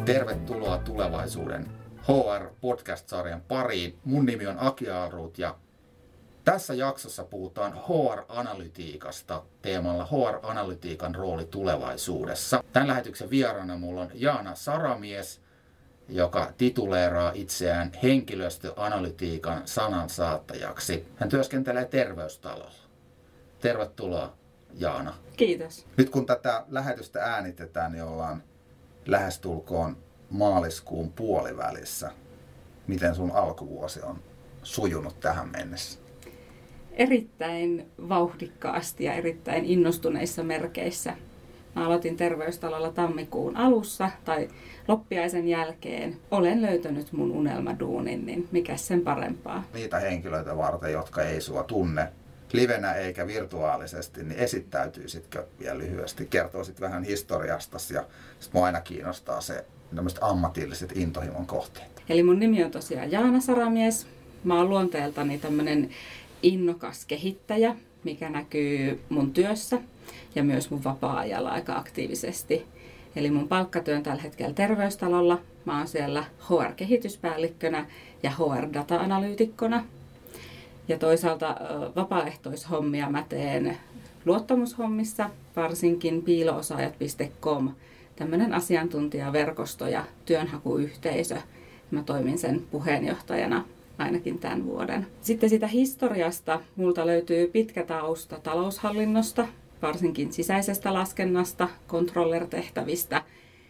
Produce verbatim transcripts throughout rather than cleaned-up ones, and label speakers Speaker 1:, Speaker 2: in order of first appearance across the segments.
Speaker 1: Tervetuloa tulevaisuuden H R-podcast-sarjan pariin. Mun nimi on Aki Aalruut ja tässä jaksossa puhutaan H R-analytiikasta teemalla H R-analytiikan rooli tulevaisuudessa. Tämän lähetyksen vieraana mulla on Jaana Saramies, joka tituleeraa itseään henkilöstöanalytiikan sanansaattajaksi. Hän työskentelee terveystalolla. Tervetuloa, Jaana.
Speaker 2: Kiitos.
Speaker 1: Nyt kun tätä lähetystä äänitetään, niin ollaan lähestulkoon maaliskuun puolivälissä. Miten sun alkuvuosi on sujunut tähän mennessä?
Speaker 2: Erittäin vauhdikkaasti ja erittäin innostuneissa merkeissä. Mä aloitin terveystalolla tammikuun alussa tai loppiaisen jälkeen. Olen löytänyt mun unelmaduunin, niin mikä sen parempaa?
Speaker 1: Niitä henkilöitä varten, jotka ei sua tunne livenä eikä virtuaalisesti, niin esittäytyisitkö vielä lyhyesti? Kertoisit vähän historiastasi ja sit mua aina kiinnostaa se tämmöiset ammatilliset intohimon kohteet.
Speaker 2: Eli mun nimi on tosiaan Jaana Saramies. Mä oon luonteeltani tämmönen innokas kehittäjä, mikä näkyy mun työssä ja myös mun vapaa-ajalla aika aktiivisesti. Eli mun palkkatyö on tällä hetkellä terveystalolla. Mä oon siellä H R-kehityspäällikkönä ja H R-data-analyytikkona. Ja toisaalta vapaaehtoishommia mä teen luottamushommissa, varsinkin piiloosaajat piste com, tämmöinen asiantuntijaverkosto ja työnhakuyhteisö. Mä toimin sen puheenjohtajana ainakin tämän vuoden. Sitten sitä historiasta multa löytyy pitkä tausta taloushallinnosta, varsinkin sisäisestä laskennasta, controller-tehtävistä.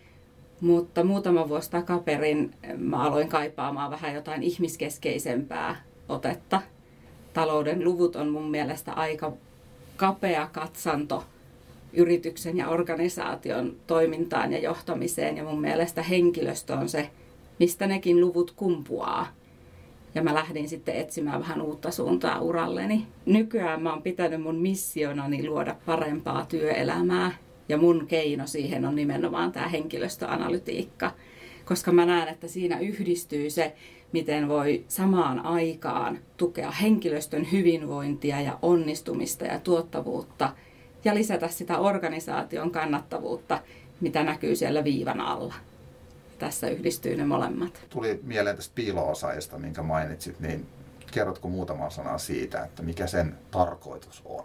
Speaker 2: Mutta muutama vuosi takaperin mä aloin kaipaamaan vähän jotain ihmiskeskeisempää otetta. Talouden luvut on mun mielestä aika kapea katsanto yrityksen ja organisaation toimintaan ja johtamiseen. Ja mun mielestä henkilöstö on se, mistä nekin luvut kumpuaa. Ja mä lähdin sitten etsimään vähän uutta suuntaa uralleni. Nykyään mä oon pitänyt mun missionani luoda parempaa työelämää. Ja mun keino siihen on nimenomaan tämä henkilöstöanalytiikka. Koska mä näen, että siinä yhdistyy se, miten voi samaan aikaan tukea henkilöstön hyvinvointia ja onnistumista ja tuottavuutta ja lisätä sitä organisaation kannattavuutta, mitä näkyy siellä viivan alla. Tässä yhdistyy ne molemmat.
Speaker 1: Tuli mieleen tästä piilo-osaajista, minkä mainitsit, niin kerrotko muutama sana siitä, että mikä sen tarkoitus on?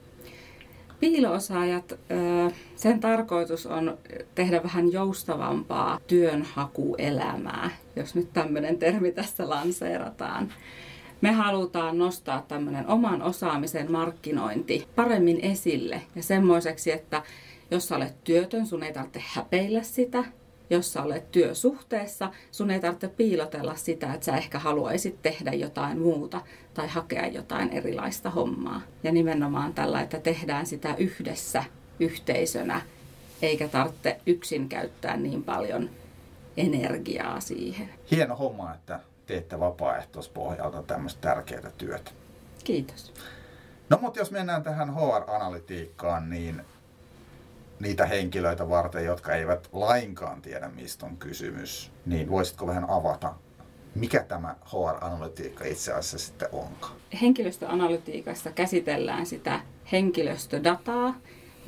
Speaker 2: Piilo-osaajat, sen tarkoitus on tehdä vähän joustavampaa työnhakuelämää, jos nyt tämmöinen termi tässä lanseerataan. Me halutaan nostaa tämmöinen oman osaamisen markkinointi paremmin esille ja semmoiseksi, että jos sä olet työtön, sun ei tarvitse häpeillä sitä. Jos sä olet työsuhteessa, sun ei tarvitse piilotella sitä, että sä ehkä haluaisit tehdä jotain muuta tai hakea jotain erilaista hommaa. Ja nimenomaan tällä, että tehdään sitä yhdessä yhteisönä, eikä tarvitse yksin käyttää niin paljon energiaa siihen.
Speaker 1: Hieno homma, että teette vapaaehtoispohjalta tämmöistä tärkeää työtä.
Speaker 2: Kiitos.
Speaker 1: No mutta jos mennään tähän H R-analytiikkaan, niin niitä henkilöitä varten, jotka eivät lainkaan tiedä, mistä on kysymys, niin voisitko vähän avata, mikä tämä H R-analytiikka itse asiassa sitten onkaan?
Speaker 2: Henkilöstöanalytiikassa käsitellään sitä henkilöstödataa,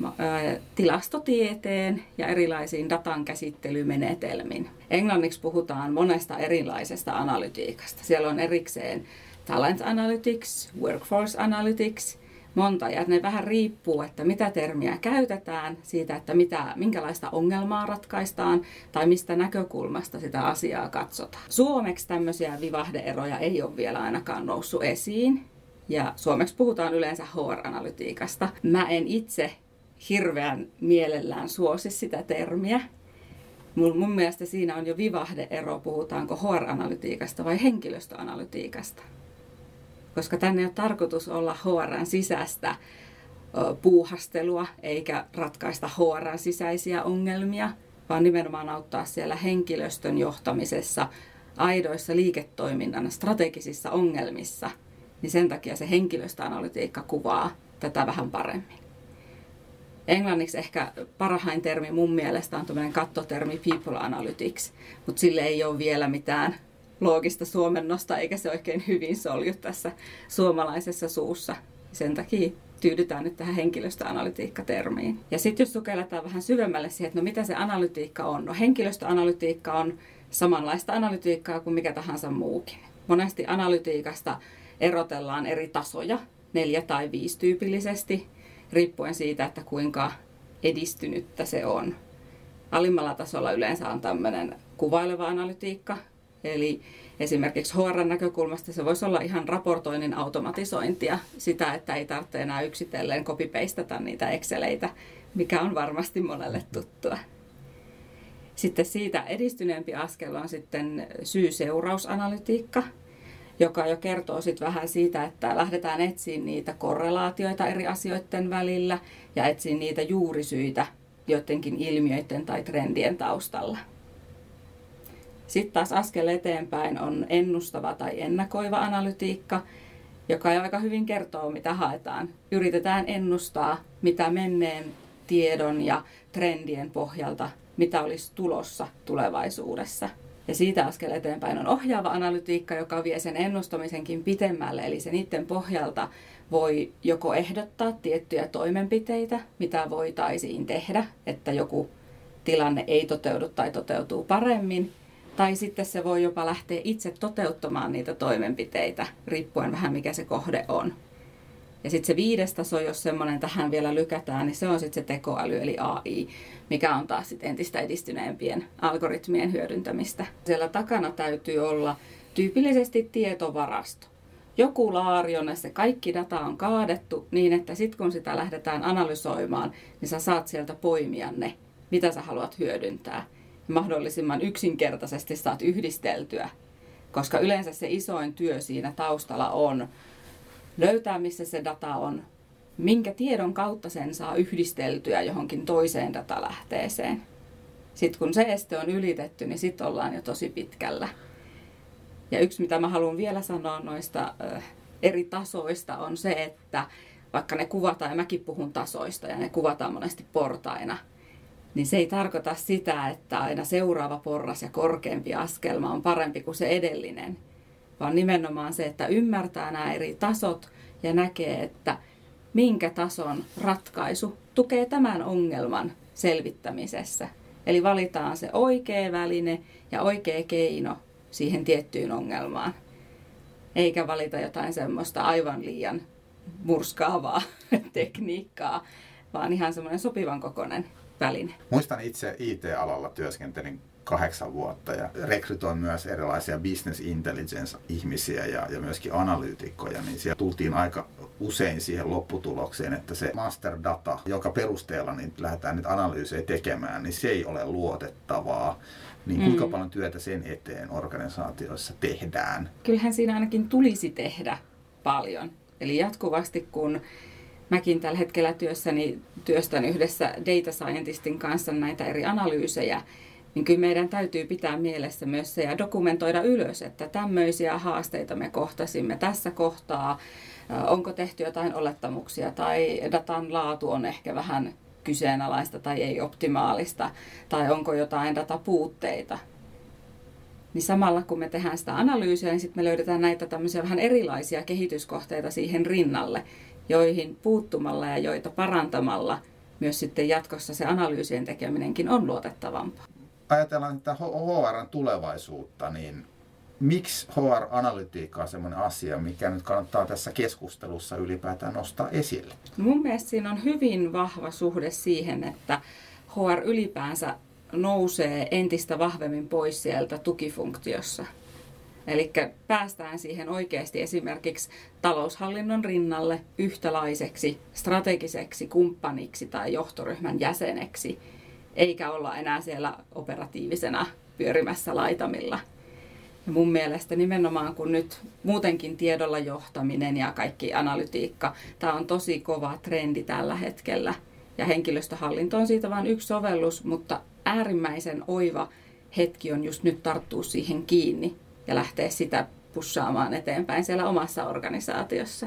Speaker 2: tilastotieteen ja erilaisiin datan käsittelymenetelmin. Englanniksi puhutaan monesta erilaisesta analytiikasta. Siellä on erikseen talent analytics, workforce analytics, monta, ja ne vähän riippuu, että mitä termiä käytetään, siitä, että mitä, minkälaista ongelmaa ratkaistaan tai mistä näkökulmasta sitä asiaa katsotaan. Suomeksi tämmöisiä vivahde-eroja ei ole vielä ainakaan noussut esiin, ja suomeksi puhutaan yleensä H R-analytiikasta. Mä en itse hirveän mielellään suosi sitä termiä. Mun, mun mielestä siinä on jo vivahde-ero, puhutaanko H R-analytiikasta vai henkilöstöanalytiikasta. Koska tänne ei ole tarkoitus olla H R:n sisäistä puuhastelua eikä ratkaista H R:n sisäisiä ongelmia, vaan nimenomaan auttaa siellä henkilöstön johtamisessa, aidoissa liiketoiminnan strategisissa ongelmissa. Niin sen takia se henkilöstöanalytiikka kuvaa tätä vähän paremmin. Englanniksi ehkä parhain termi mun mielestä on tämmöinen kattotermi people analytics, mutta sille ei ole vielä mitään loogista suomennosta, eikä se oikein hyvin solju tässä suomalaisessa suussa. Sen takia tyydytään nyt tähän henkilöstöanalytiikka-termiin. Ja sitten jos sukelletaan vähän syvemmälle siihen, että no mitä se analytiikka on. No henkilöstöanalytiikka on samanlaista analytiikkaa kuin mikä tahansa muukin. Monesti analytiikasta erotellaan eri tasoja, neljä tai viisi tyypillisesti, riippuen siitä, että kuinka edistynyttä se on. Alimmalla tasolla yleensä on tämmöinen kuvaileva analytiikka, eli esimerkiksi H R-näkökulmasta se voisi olla ihan raportoinnin automatisointia, sitä, että ei tarvitse enää yksitellen copy-pastata niitä Exceleitä, mikä on varmasti monelle tuttua. Sitten siitä edistyneempi askel on sitten syy-seurausanalytiikka, joka jo kertoo sitten vähän siitä, että lähdetään etsiä niitä korrelaatioita eri asioiden välillä ja etsiä niitä juurisyitä joidenkin ilmiöiden tai trendien taustalla. Sitten taas askel eteenpäin on ennustava tai ennakoiva analytiikka, joka jo aika hyvin kertoo, mitä haetaan. Yritetään ennustaa, mitä menneen tiedon ja trendien pohjalta, mitä olisi tulossa tulevaisuudessa. Ja siitä askel eteenpäin on ohjaava analytiikka, joka vie sen ennustamisenkin pitemmälle, eli se niiden pohjalta voi joko ehdottaa tiettyjä toimenpiteitä, mitä voitaisiin tehdä, että joku tilanne ei toteudu tai toteutuu paremmin, tai sitten se voi jopa lähteä itse toteuttamaan niitä toimenpiteitä, riippuen vähän mikä se kohde on. Ja sitten se viides taso, jos semmoinen tähän vielä lykätään, niin se on sitten se tekoäly eli A I, mikä on taas sitten entistä edistyneempien algoritmien hyödyntämistä. Siellä takana täytyy olla tyypillisesti tietovarasto. Joku laari, jonne se kaikki data on kaadettu niin, että sitten kun sitä lähdetään analysoimaan, niin sä saat sieltä poimia ne, mitä sä haluat hyödyntää. Ja mahdollisimman yksinkertaisesti saat yhdisteltyä, koska yleensä se isoin työ siinä taustalla on löytää, missä se data on, minkä tiedon kautta sen saa yhdisteltyä johonkin toiseen datalähteeseen. Sitten kun se este on ylitetty, niin sitten ollaan jo tosi pitkällä. Ja yksi, mitä mä haluan vielä sanoa noista ö, eri tasoista, on se, että vaikka ne kuvataan, ja mäkin puhun tasoista, ja ne kuvataan monesti portaina, niin se ei tarkoita sitä, että aina seuraava porras ja korkeampi askelma on parempi kuin se edellinen, vaan nimenomaan se, että ymmärtää nämä eri tasot ja näkee, että minkä tason ratkaisu tukee tämän ongelman selvittämisessä. Eli valitaan se oikea väline ja oikea keino siihen tiettyyn ongelmaan, eikä valita jotain semmoista aivan liian murskaavaa tekniikkaa, vaan ihan semmoinen sopivan kokoinen väline.
Speaker 1: Muistan itse I T-alalla työskentelin kahdeksan vuotta ja rekrytoin myös erilaisia business intelligence-ihmisiä ja, ja myöskin analyytikkoja, niin siellä tultiin aika usein siihen lopputulokseen, että se master data, joka perusteella niin lähdetään nyt analyysejä tekemään, niin se ei ole luotettavaa. Niin kuinka mm. paljon työtä sen eteen organisaatioissa tehdään?
Speaker 2: Kyllähän siinä ainakin tulisi tehdä paljon. Eli jatkuvasti kun mäkin tällä hetkellä työssäni työstän yhdessä data scientistin kanssa näitä eri analyysejä, niin kyllä meidän täytyy pitää mielessä myös se ja dokumentoida ylös, että tämmöisiä haasteita me kohtasimme tässä kohtaa. Onko tehty jotain olettamuksia tai datan laatu on ehkä vähän kyseenalaista tai ei optimaalista tai onko jotain datapuutteita. Niin samalla kun me tehdään sitä analyysiä, niin sitten me löydetään näitä tämmöisiä vähän erilaisia kehityskohteita siihen rinnalle, joihin puuttumalla ja joita parantamalla myös sitten jatkossa se analyysien tekeminenkin on luotettavampaa.
Speaker 1: Ajatellaan että H R:n tulevaisuutta, niin miksi H R-analytiikka on sellainen asia, mikä nyt kannattaa tässä keskustelussa ylipäätään nostaa esille?
Speaker 2: No mun mielestä siinä on hyvin vahva suhde siihen, että H R ylipäänsä nousee entistä vahvemmin pois sieltä tukifunktiossa. Eli päästään siihen oikeasti esimerkiksi taloushallinnon rinnalle yhtälaiseksi strategiseksi kumppaniksi tai johtoryhmän jäseneksi, eikä olla enää siellä operatiivisena pyörimässä laitamilla. Ja mun mielestä nimenomaan kun nyt muutenkin tiedolla johtaminen ja kaikki analytiikka, tämä on tosi kova trendi tällä hetkellä. Ja henkilöstöhallinto on siitä vain yksi sovellus, mutta äärimmäisen oiva hetki on just nyt tarttua siihen kiinni ja lähteä sitä pussaamaan eteenpäin siellä omassa organisaatiossa.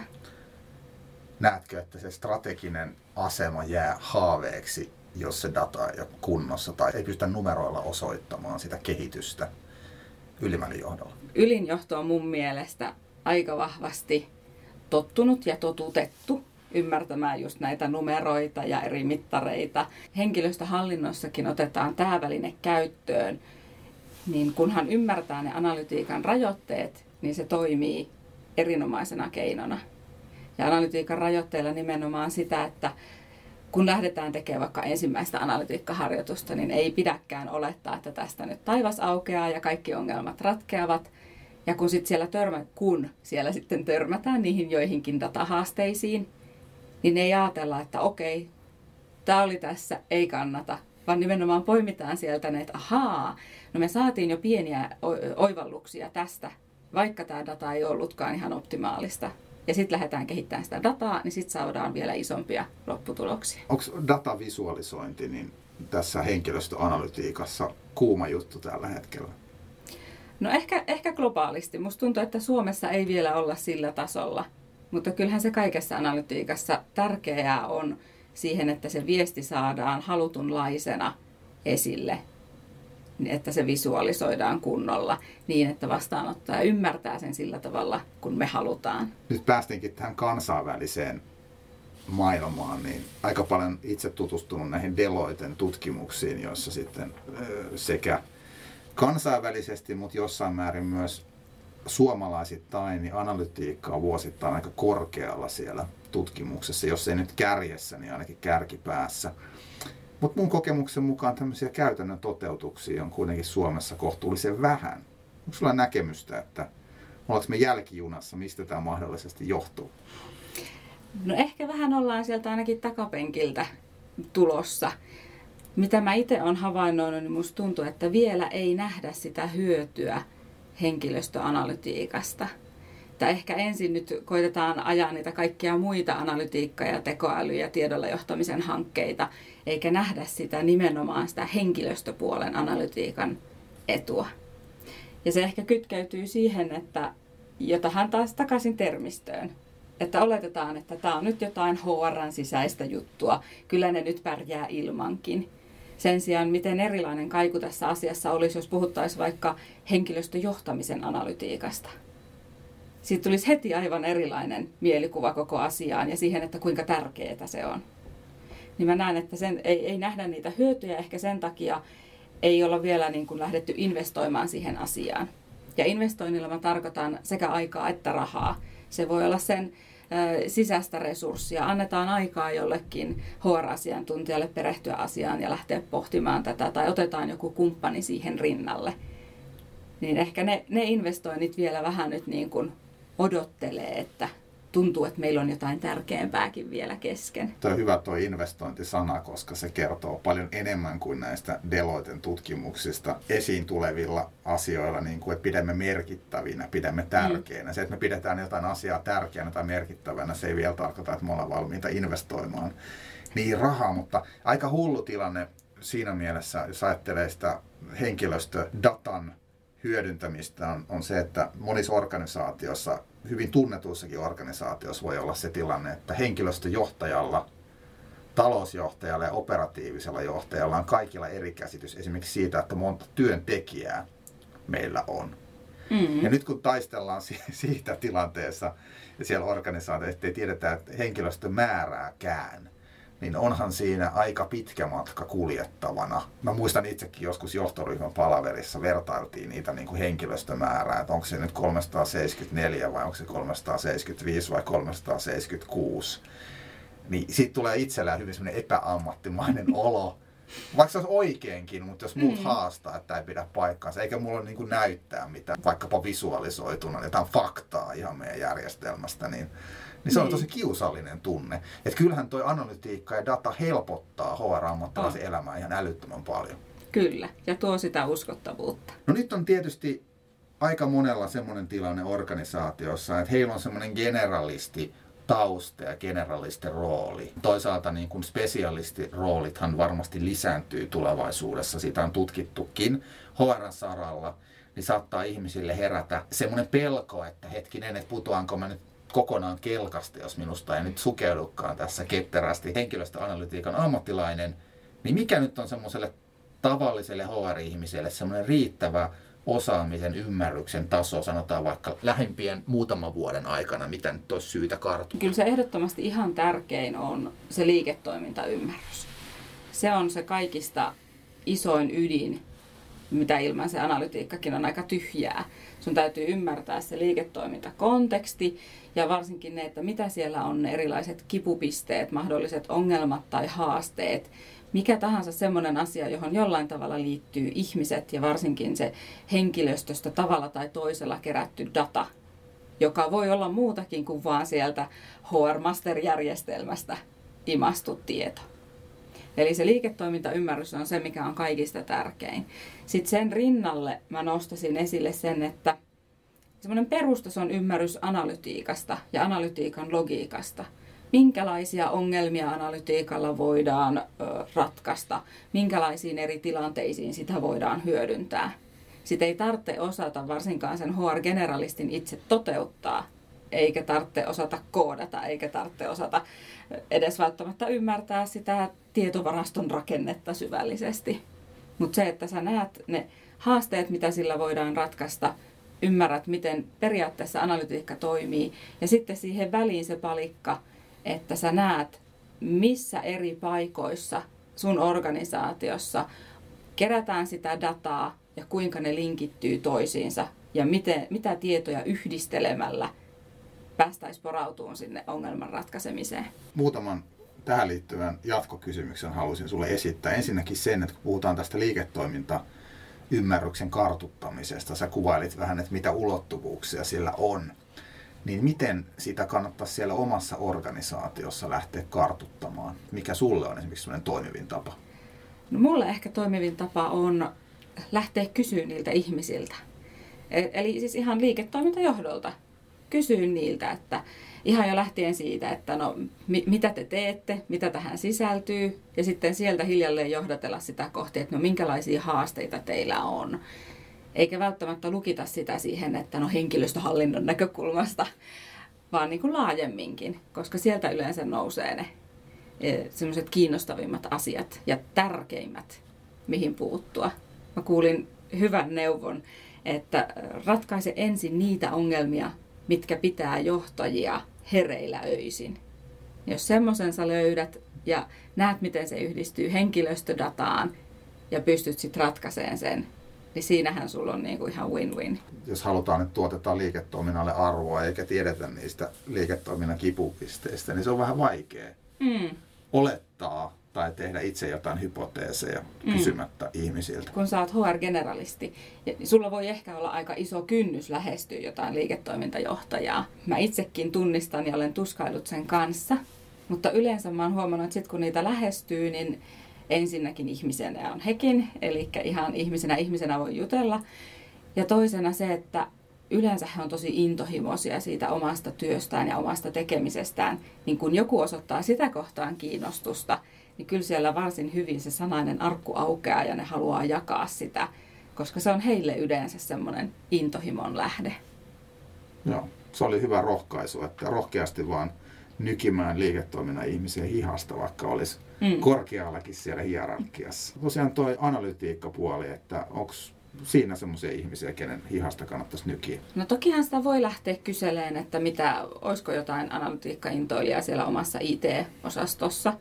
Speaker 1: Näetkö, että se strateginen asema jää haaveeksi, jos se data ei ole kunnossa tai ei pystytä numeroilla osoittamaan sitä kehitystä ylimmällä johdolla?
Speaker 2: Ylin johto on mun mielestä aika vahvasti tottunut ja totutettu ymmärtämään just näitä numeroita ja eri mittareita. Henkilöstöhallinnossakin otetaan tämä väline käyttöön, niin kunhan ymmärtää ne analytiikan rajoitteet, niin se toimii erinomaisena keinona. Ja analytiikan rajoitteilla nimenomaan sitä, että kun lähdetään tekemään vaikka ensimmäistä analytiikkaharjoitusta, niin ei pidäkään olettaa, että tästä nyt taivas aukeaa ja kaikki ongelmat ratkeavat. Ja kun, sit siellä, törmä, kun siellä sitten törmätään niihin joihinkin datahaasteisiin, niin ei ajatella, että okei, tämä oli tässä, ei kannata, vaan nimenomaan poimitaan sieltä ne, että ahaa, no me saatiin jo pieniä oivalluksia tästä, vaikka tämä data ei ollutkaan ihan optimaalista. Ja sitten lähdetään kehittämään sitä dataa, niin sitten saadaan vielä isompia lopputuloksia.
Speaker 1: Onko datavisualisointi niin tässä henkilöstöanalytiikassa kuuma juttu tällä hetkellä?
Speaker 2: No ehkä, ehkä globaalisti. Musta tuntuu, että Suomessa ei vielä olla sillä tasolla. Mutta kyllähän se kaikessa analytiikassa tärkeää on siihen, että se viesti saadaan halutunlaisena esille. Että se visualisoidaan kunnolla niin, että vastaanottaja ymmärtää sen sillä tavalla, kun me halutaan. Nyt
Speaker 1: päästinkin tähän kansainväliseen maailmaan, niin aika paljon itse tutustunut näihin Deloitten tutkimuksiin, joissa sitten sekä kansainvälisesti, mutta jossain määrin myös suomalaisittain, niin analytiikka on vuosittain aika korkealla siellä tutkimuksessa, jos ei nyt kärjessä, niin ainakin kärkipäässä. Mutta mun kokemuksen mukaan tämmöisiä käytännön toteutuksia on kuitenkin Suomessa kohtuullisen vähän. Onko sulla näkemystä, että ollaanko me jälkijunassa, mistä tämä mahdollisesti johtuu?
Speaker 2: No ehkä vähän ollaan sieltä ainakin takapenkiltä tulossa. Mitä mä itse olen havainnoinut, niin musta tuntuu, että vielä ei nähdä sitä hyötyä henkilöstöanalytiikasta. Että ehkä ensin nyt koitetaan ajaa niitä kaikkia muita analytiikka- ja tekoäly- ja tiedolla johtamisen hankkeita, eikä nähdä sitä nimenomaan sitä henkilöstöpuolen analytiikan etua. Ja se ehkä kytkeytyy siihen, että jotahan taas takaisin termistöön. Että oletetaan, että tämä on nyt jotain H R:n sisäistä juttua, kyllä ne nyt pärjää ilmankin. Sen sijaan, miten erilainen kaiku tässä asiassa olisi, jos puhuttaisiin vaikka henkilöstöjohtamisen analytiikasta. Siitä tulisi heti aivan erilainen mielikuva koko asiaan ja siihen, että kuinka tärkeää se on. Niin mä näen, että sen, ei, ei nähdä niitä hyötyjä, ehkä sen takia ei olla vielä niin kuin lähdetty investoimaan siihen asiaan. Ja investoinnilla mä tarkoitan sekä aikaa että rahaa. Se voi olla sen ö, sisäistä resurssia. Annetaan aikaa jollekin H R-asiantuntijalle perehtyä asiaan ja lähteä pohtimaan tätä, tai otetaan joku kumppani siihen rinnalle. Niin ehkä ne, ne investoinnit vielä vähän nyt niin kuin odottelee, että tuntuu, että meillä on jotain tärkeämpääkin vielä kesken.
Speaker 1: Tuo on hyvä tuo investointisana, koska se kertoo paljon enemmän kuin näistä Deloitten tutkimuksista esiin tulevilla asioilla, niin kuin, että pidämme merkittävinä, pidämme tärkeänä. Mm. Se, että me pidetään jotain asiaa tärkeänä tai merkittävänä, se ei vielä tarkoita, että me ollaan valmiita investoimaan niin rahaa, mutta aika hullu tilanne siinä mielessä, jos ajattelee sitä henkilöstödatan hyödyntämistä on, on se, että monissa organisaatioissa, hyvin tunnetuissakin organisaatioissa voi olla se tilanne, että henkilöstöjohtajalla, talousjohtajalla ja operatiivisella johtajalla on kaikilla eri käsitys esimerkiksi siitä, että monta työntekijää meillä on. Mm-hmm. Ja nyt kun taistellaan siitä tilanteessa ja siellä organisaatioissa, ettei tiedetä että henkilöstömäärääkään, niin onhan siinä aika pitkä matka kuljettavana. Mä muistan itsekin joskus johtoryhmän palaverissa vertailtiin niitä niin kuin henkilöstömäärää, että onko se nyt kolmesataaseitsemänkymmentäneljä vai onko se kolmesataaseitsemänkymmentäviisi vai kolmesataaseitsemänkymmentäkuusi. Niin siitä tulee itsellään hyvin semmoinen epäammattimainen olo. Vaikka se olisi oikeinkin, mutta jos muut mm. haastaa, että ei pidä paikkaansa, eikä mulla niin kuin näyttää mitään, vaikkapa visualisoituna, jotain faktaa ihan meidän järjestelmästä, niin Niin se on tosi kiusallinen tunne. Että kyllähän toi analytiikka ja data helpottaa H R-ammattilaisen elämää ihan älyttömän paljon.
Speaker 2: Kyllä, ja tuo sitä uskottavuutta.
Speaker 1: No nyt on tietysti aika monella semmoinen tilanne organisaatiossa, että heillä on semmoinen generalisti tausta ja generalisten rooli. Toisaalta niin kuin spesialistiroolithan varmasti lisääntyy tulevaisuudessa, sitä on tutkittukin H R-saralla, niin saattaa ihmisille herätä semmoinen pelko, että hetkinen, että putoanko mä nyt kokonaan kelkasta, jos minusta ei nyt sukeudukaan tässä ketterästi henkilöstöanalytiikan ammattilainen, niin mikä nyt on semmoiselle tavalliselle H R-ihmiselle semmoinen riittävä osaamisen, ymmärryksen taso, sanotaan vaikka lähimpien muutaman vuoden aikana, mitä nyt olisi syytä kartoittaa?
Speaker 2: Kyllä se ehdottomasti ihan tärkein on se liiketoimintaymmärrys. Se on se kaikista isoin ydin, mitä ilman se analytiikkakin on aika tyhjää. Sun täytyy ymmärtää se liiketoimintakonteksti ja varsinkin ne, että mitä siellä on ne erilaiset kipupisteet, mahdolliset ongelmat tai haasteet. Mikä tahansa semmoinen asia, johon jollain tavalla liittyy ihmiset ja varsinkin se henkilöstöstä tavalla tai toisella kerätty data, joka voi olla muutakin kuin vaan sieltä H R-master-järjestelmästä imastu tieto. Eli se liiketoimintaymmärrys on se, mikä on kaikista tärkein. Sitten sen rinnalle mä nostasin esille sen, että semmoinen perustason ymmärrys analytiikasta ja analytiikan logiikasta. Minkälaisia ongelmia analytiikalla voidaan ö, ratkaista, minkälaisiin eri tilanteisiin sitä voidaan hyödyntää. Sitä ei tarvitse osata varsinkaan sen H R-generalistin itse toteuttaa, eikä tarvitse osata koodata, eikä tarvitse osata edes välttämättä ymmärtää sitä tietovaraston rakennetta syvällisesti. Mutta se, että sä näet ne haasteet, mitä sillä voidaan ratkaista, ymmärrät, miten periaatteessa analytiikka toimii, ja sitten siihen väliin se palikka, että sä näet, missä eri paikoissa sun organisaatiossa kerätään sitä dataa ja kuinka ne linkittyy toisiinsa ja miten, mitä tietoja yhdistelemällä päästäisiin porautumaan sinne ongelman ratkaisemiseen.
Speaker 1: Muutaman tähän liittyvän jatkokysymyksen haluaisin sulle esittää. Ensinnäkin sen, että kun puhutaan tästä liiketoimintaymmärryksen kartuttamisesta, sä kuvailit vähän, että mitä ulottuvuuksia sillä on. Niin miten sitä kannattaisi siellä omassa organisaatiossa lähteä kartuttamaan? Mikä sulle on esimerkiksi sellainen toimivin tapa?
Speaker 2: No, mulle ehkä toimivin tapa on lähteä kysyä niiltä ihmisiltä. Eli siis ihan liiketoimintajohdolta. Kysyä niiltä, että ihan jo lähtien siitä, että no mi- mitä te teette, mitä tähän sisältyy. Ja sitten sieltä hiljalleen johdatella sitä kohti, että no minkälaisia haasteita teillä on. Eikä välttämättä lukita sitä siihen, että no henkilöstöhallinnon näkökulmasta, vaan niin kuin laajemminkin, koska sieltä yleensä nousee ne sellaiset kiinnostavimmat asiat ja tärkeimmät, mihin puuttua. Mä kuulin hyvän neuvon, että ratkaise ensin niitä ongelmia, mitkä pitää johtajia hereillä öisin. Jos semmoisen sä löydät ja näet, miten se yhdistyy henkilöstödataan ja pystyt sitten ratkaisemaan sen, niin siinähän sulla on niinku ihan win-win.
Speaker 1: Jos halutaan, että tuotetaan liiketoiminnalle arvoa eikä tiedetä niistä liiketoiminnan kipupisteistä, niin se on vähän vaikea mm. olettaa tai tehdä itse jotain hypoteeseja mm. kysymättä ihmisiltä.
Speaker 2: Kun sä oot H R-generalisti, niin sulla voi ehkä olla aika iso kynnys lähestyä jotain liiketoimintajohtajaa. Mä itsekin tunnistan ja olen tuskailut sen kanssa, mutta yleensä mä oon huomannut, että sit kun niitä lähestyy, niin ensinnäkin ihmisenä on hekin, eli ihan ihmisenä ihmisenä voi jutella. Ja toisena se, että yleensä he on tosi intohimoisia siitä omasta työstään ja omasta tekemisestään. Niin kun joku osoittaa sitä kohtaan kiinnostusta, niin kyllä siellä varsin hyvin se sanainen arkku aukeaa ja ne haluaa jakaa sitä, koska se on heille yleensä semmoinen intohimon lähde.
Speaker 1: Joo, se oli hyvä rohkaisu, että rohkeasti vaan nykimään liiketoiminnan ihmisiä hihasta, vaikka olisi mm. korkeallakin siellä hierarkiassa. Tosiaan toi analytiikkapuoli, että onko siinä semmoisia ihmisiä, kenen hihasta kannattaisi nykiä?
Speaker 2: No tokihan sitä voi lähteä kyselemään, että mitä, olisiko jotain analytiikkaintoilijaa siellä omassa I T-osastossa.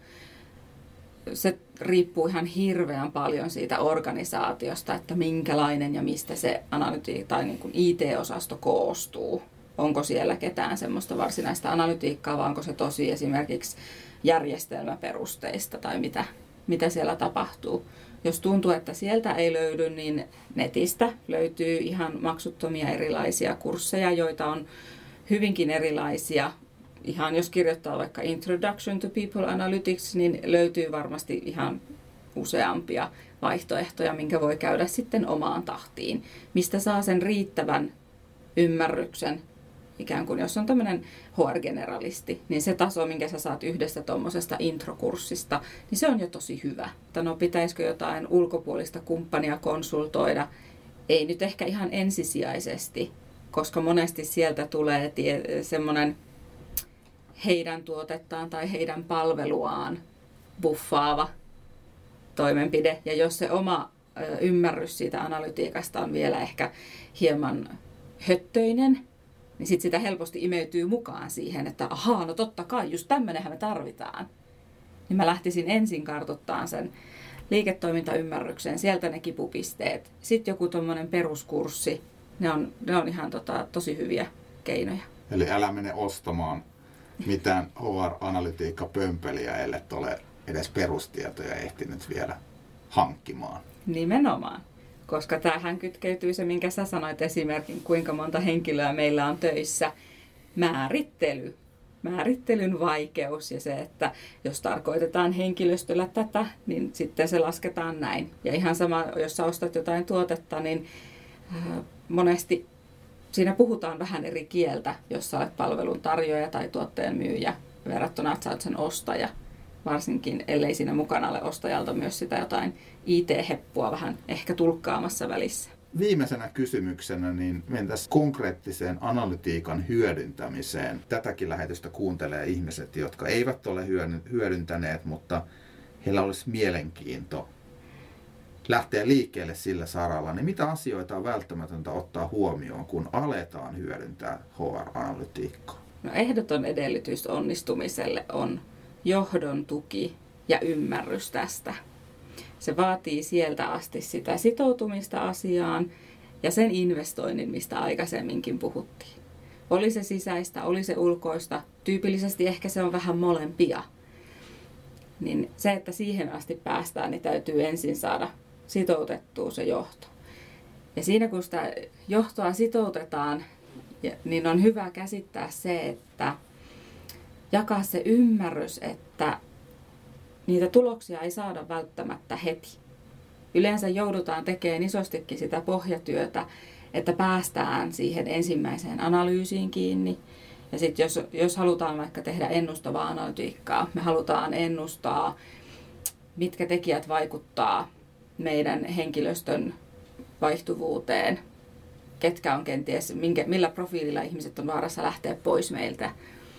Speaker 2: Se riippuu ihan hirveän paljon siitä organisaatiosta, että minkälainen ja mistä se analytiikka tai niin kuin I T-osasto koostuu. Onko siellä ketään semmoista varsinaista analytiikkaa, vai onko se tosi esimerkiksi järjestelmäperusteista tai mitä, mitä siellä tapahtuu. Jos tuntuu, että sieltä ei löydy, niin netistä löytyy ihan maksuttomia erilaisia kursseja, joita on hyvinkin erilaisia. Ihan jos kirjoittaa vaikka Introduction to People Analytics, niin löytyy varmasti ihan useampia vaihtoehtoja, minkä voi käydä sitten omaan tahtiin, mistä saa sen riittävän ymmärryksen. Ikään kuin jos on tämmöinen H R-generalisti, niin se taso, minkä sä saat yhdestä tuommoisesta introkurssista, niin se on jo tosi hyvä. Että no pitäisikö jotain ulkopuolista kumppania konsultoida? Ei nyt ehkä ihan ensisijaisesti, koska monesti sieltä tulee tie- semmoinen heidän tuotettaan tai heidän palveluaan buffaava toimenpide. Ja jos se oma ymmärrys siitä analytiikasta on vielä ehkä hieman höttöinen, niin sitten sitä helposti imeytyy mukaan siihen, että ahaa, no totta kai, just tämmönenhän me tarvitaan. Niin mä lähtisin ensin kartoittamaan sen liiketoimintaymmärryksen, sieltä ne kipupisteet. Sitten joku tommonen peruskurssi, ne on, ne on ihan tota, tosi hyviä keinoja.
Speaker 1: Eli älä mene ostamaan mitään H R-analytiikka-pömpeliä, ellei ole edes perustietoja ehtinyt vielä hankkimaan.
Speaker 2: Nimenomaan. Koska tämähän kytkeytyy se, minkä sä sanoit esimerkin, kuinka monta henkilöä meillä on töissä. Määrittely. Määrittelyn vaikeus ja se, että jos tarkoitetaan henkilöstöllä tätä, niin sitten se lasketaan näin. Ja ihan sama, jos sä ostat jotain tuotetta, niin monesti siinä puhutaan vähän eri kieltä, jos sä olet palvelun tarjoaja tai tuotteen myyjä verrattuna, että sä olet sen ostaja. Varsinkin, ellei siinä mukana ole ostajalta myös sitä jotain I T-heppua vähän ehkä tulkkaamassa välissä.
Speaker 1: Viimeisenä kysymyksenä niin mentäisiin konkreettiseen analytiikan hyödyntämiseen. Tätäkin lähetystä kuuntelee ihmiset, jotka eivät ole hyödyntäneet, mutta heillä olisi mielenkiinto lähteä liikkeelle sillä saralla. Niin mitä asioita on välttämätöntä ottaa huomioon, kun aletaan hyödyntää H R-analytiikkaa?
Speaker 2: No, ehdoton edellytys onnistumiselle on johdon tuki ja ymmärrys tästä. Se vaatii sieltä asti sitä sitoutumista asiaan ja sen investoinnin, mistä aikaisemminkin puhuttiin. Oli se sisäistä, oli se ulkoista, tyypillisesti ehkä se on vähän molempia. Niin se, että siihen asti päästään, niin täytyy ensin saada sitoutettua se johto. Ja siinä kun sitä johtoa sitoutetaan, niin on hyvä käsittää se, että jakaa se ymmärrys, että niitä tuloksia ei saada välttämättä heti. Yleensä joudutaan tekemään isostikin sitä pohjatyötä, että päästään siihen ensimmäiseen analyysiin kiinni. Ja sitten jos, jos halutaan vaikka tehdä ennustavaa analytiikkaa, me halutaan ennustaa, mitkä tekijät vaikuttaa meidän henkilöstön vaihtuvuuteen, ketkä on kenties, minkä, millä profiililla ihmiset on vaarassa lähteä pois meiltä,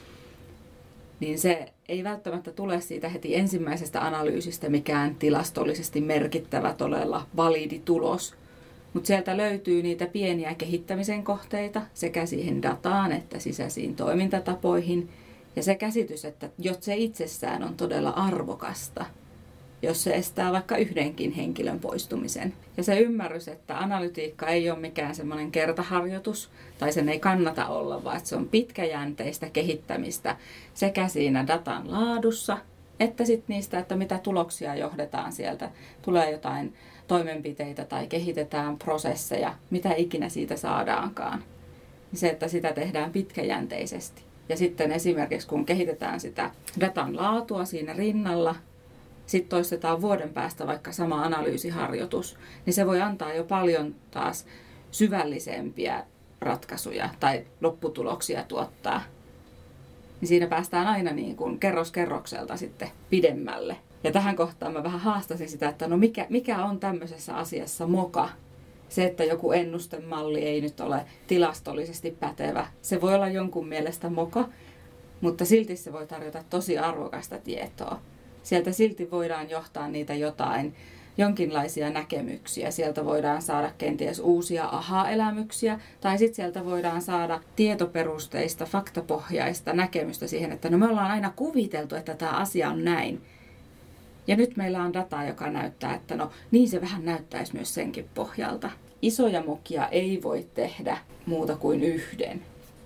Speaker 2: niin se ei välttämättä tule siitä heti ensimmäisestä analyysistä mikään tilastollisesti merkittävä, todella validi tulos. Mutta sieltä löytyy niitä pieniä kehittämisen kohteita sekä siihen dataan että sisäisiin toimintatapoihin. Ja se käsitys, että jos se itsessään on todella arvokasta, jos se estää vaikka yhdenkin henkilön poistumisen. Ja se ymmärrys, että analytiikka ei ole mikään semmoinen kertaharjoitus, tai sen ei kannata olla, vaan se on pitkäjänteistä kehittämistä sekä siinä datan laadussa, että sitten niistä, että mitä tuloksia johdetaan sieltä. Tulee jotain toimenpiteitä tai kehitetään prosesseja, mitä ikinä siitä saadaankaan. Se, että sitä tehdään pitkäjänteisesti. Ja sitten esimerkiksi kun kehitetään sitä datan laatua siinä rinnalla, sitten toistetaan vuoden päästä vaikka sama analyysiharjoitus, niin se voi antaa jo paljon taas syvällisempiä ratkaisuja tai lopputuloksia tuottaa. Niin siinä päästään aina niin kuin kerros kerrokselta sitten pidemmälle. Ja tähän kohtaan mä vähän haastasin sitä, että no mikä, mikä on tämmöisessä asiassa moka? Se, että joku ennustemalli ei nyt ole tilastollisesti pätevä. Se voi olla jonkun mielestä moka, mutta silti se voi tarjota tosi arvokasta tietoa. Sieltä silti voidaan johtaa niitä jotain, jonkinlaisia näkemyksiä. Sieltä voidaan saada kenties uusia aha-elämyksiä, tai sitten sieltä voidaan saada tietoperusteista, faktapohjaista näkemystä siihen, että no me ollaan aina kuviteltu, että tämä asia on näin. Ja nyt meillä on dataa, joka näyttää, että no niin se vähän näyttäisi myös senkin pohjalta. Isoja mokia ei voi tehdä muuta kuin yhden.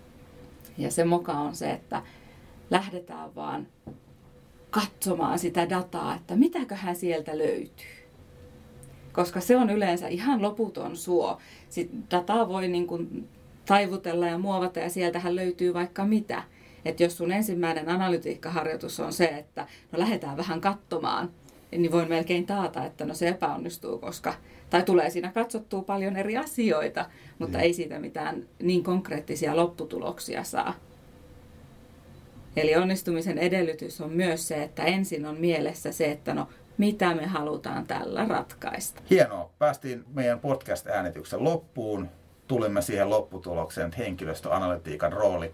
Speaker 2: Ja se moka on se, että lähdetään vaan katsomaan sitä dataa, että mitäköhän sieltä löytyy. Koska se on yleensä ihan loputon suo. Sitten dataa voi niin kuin taivutella ja muovata ja sieltähän löytyy vaikka mitä. Että jos sun ensimmäinen analytiikkaharjoitus on se, että no lähdetään vähän katsomaan, niin voin melkein taata, että no se epäonnistuu, koska tai tulee siinä katsottua paljon eri asioita, mutta mm. ei siitä mitään niin konkreettisia lopputuloksia saa. Eli onnistumisen edellytys on myös se, että ensin on mielessä se, että no mitä me halutaan tällä ratkaista.
Speaker 1: Hienoa. Päästiin meidän podcast-äänityksen loppuun. Tulimme siihen lopputulokseen, että henkilöstöanalytiikan rooli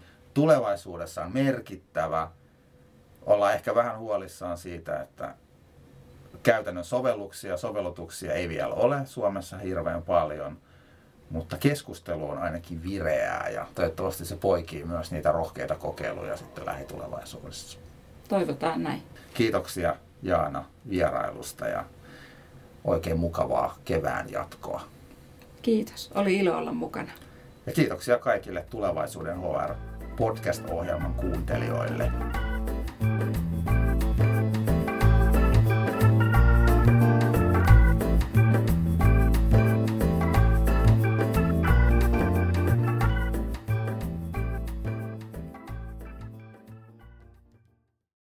Speaker 1: tulevaisuudessa on merkittävä. Ollaan ehkä vähän huolissaan siitä, että käytännön sovelluksia, sovellutuksia ei vielä ole Suomessa hirveän paljon, mutta keskustelu on ainakin vireää ja toivottavasti se poikii myös niitä rohkeita kokeiluja sitten lähitulevaisuudessa.
Speaker 2: Toivotaan näin.
Speaker 1: Kiitoksia Jaana vierailusta ja oikein mukavaa kevään jatkoa.
Speaker 2: Kiitos. Oli ilo olla mukana.
Speaker 1: Ja kiitoksia kaikille Tulevaisuuden H R podcast-ohjelman kuuntelijoille.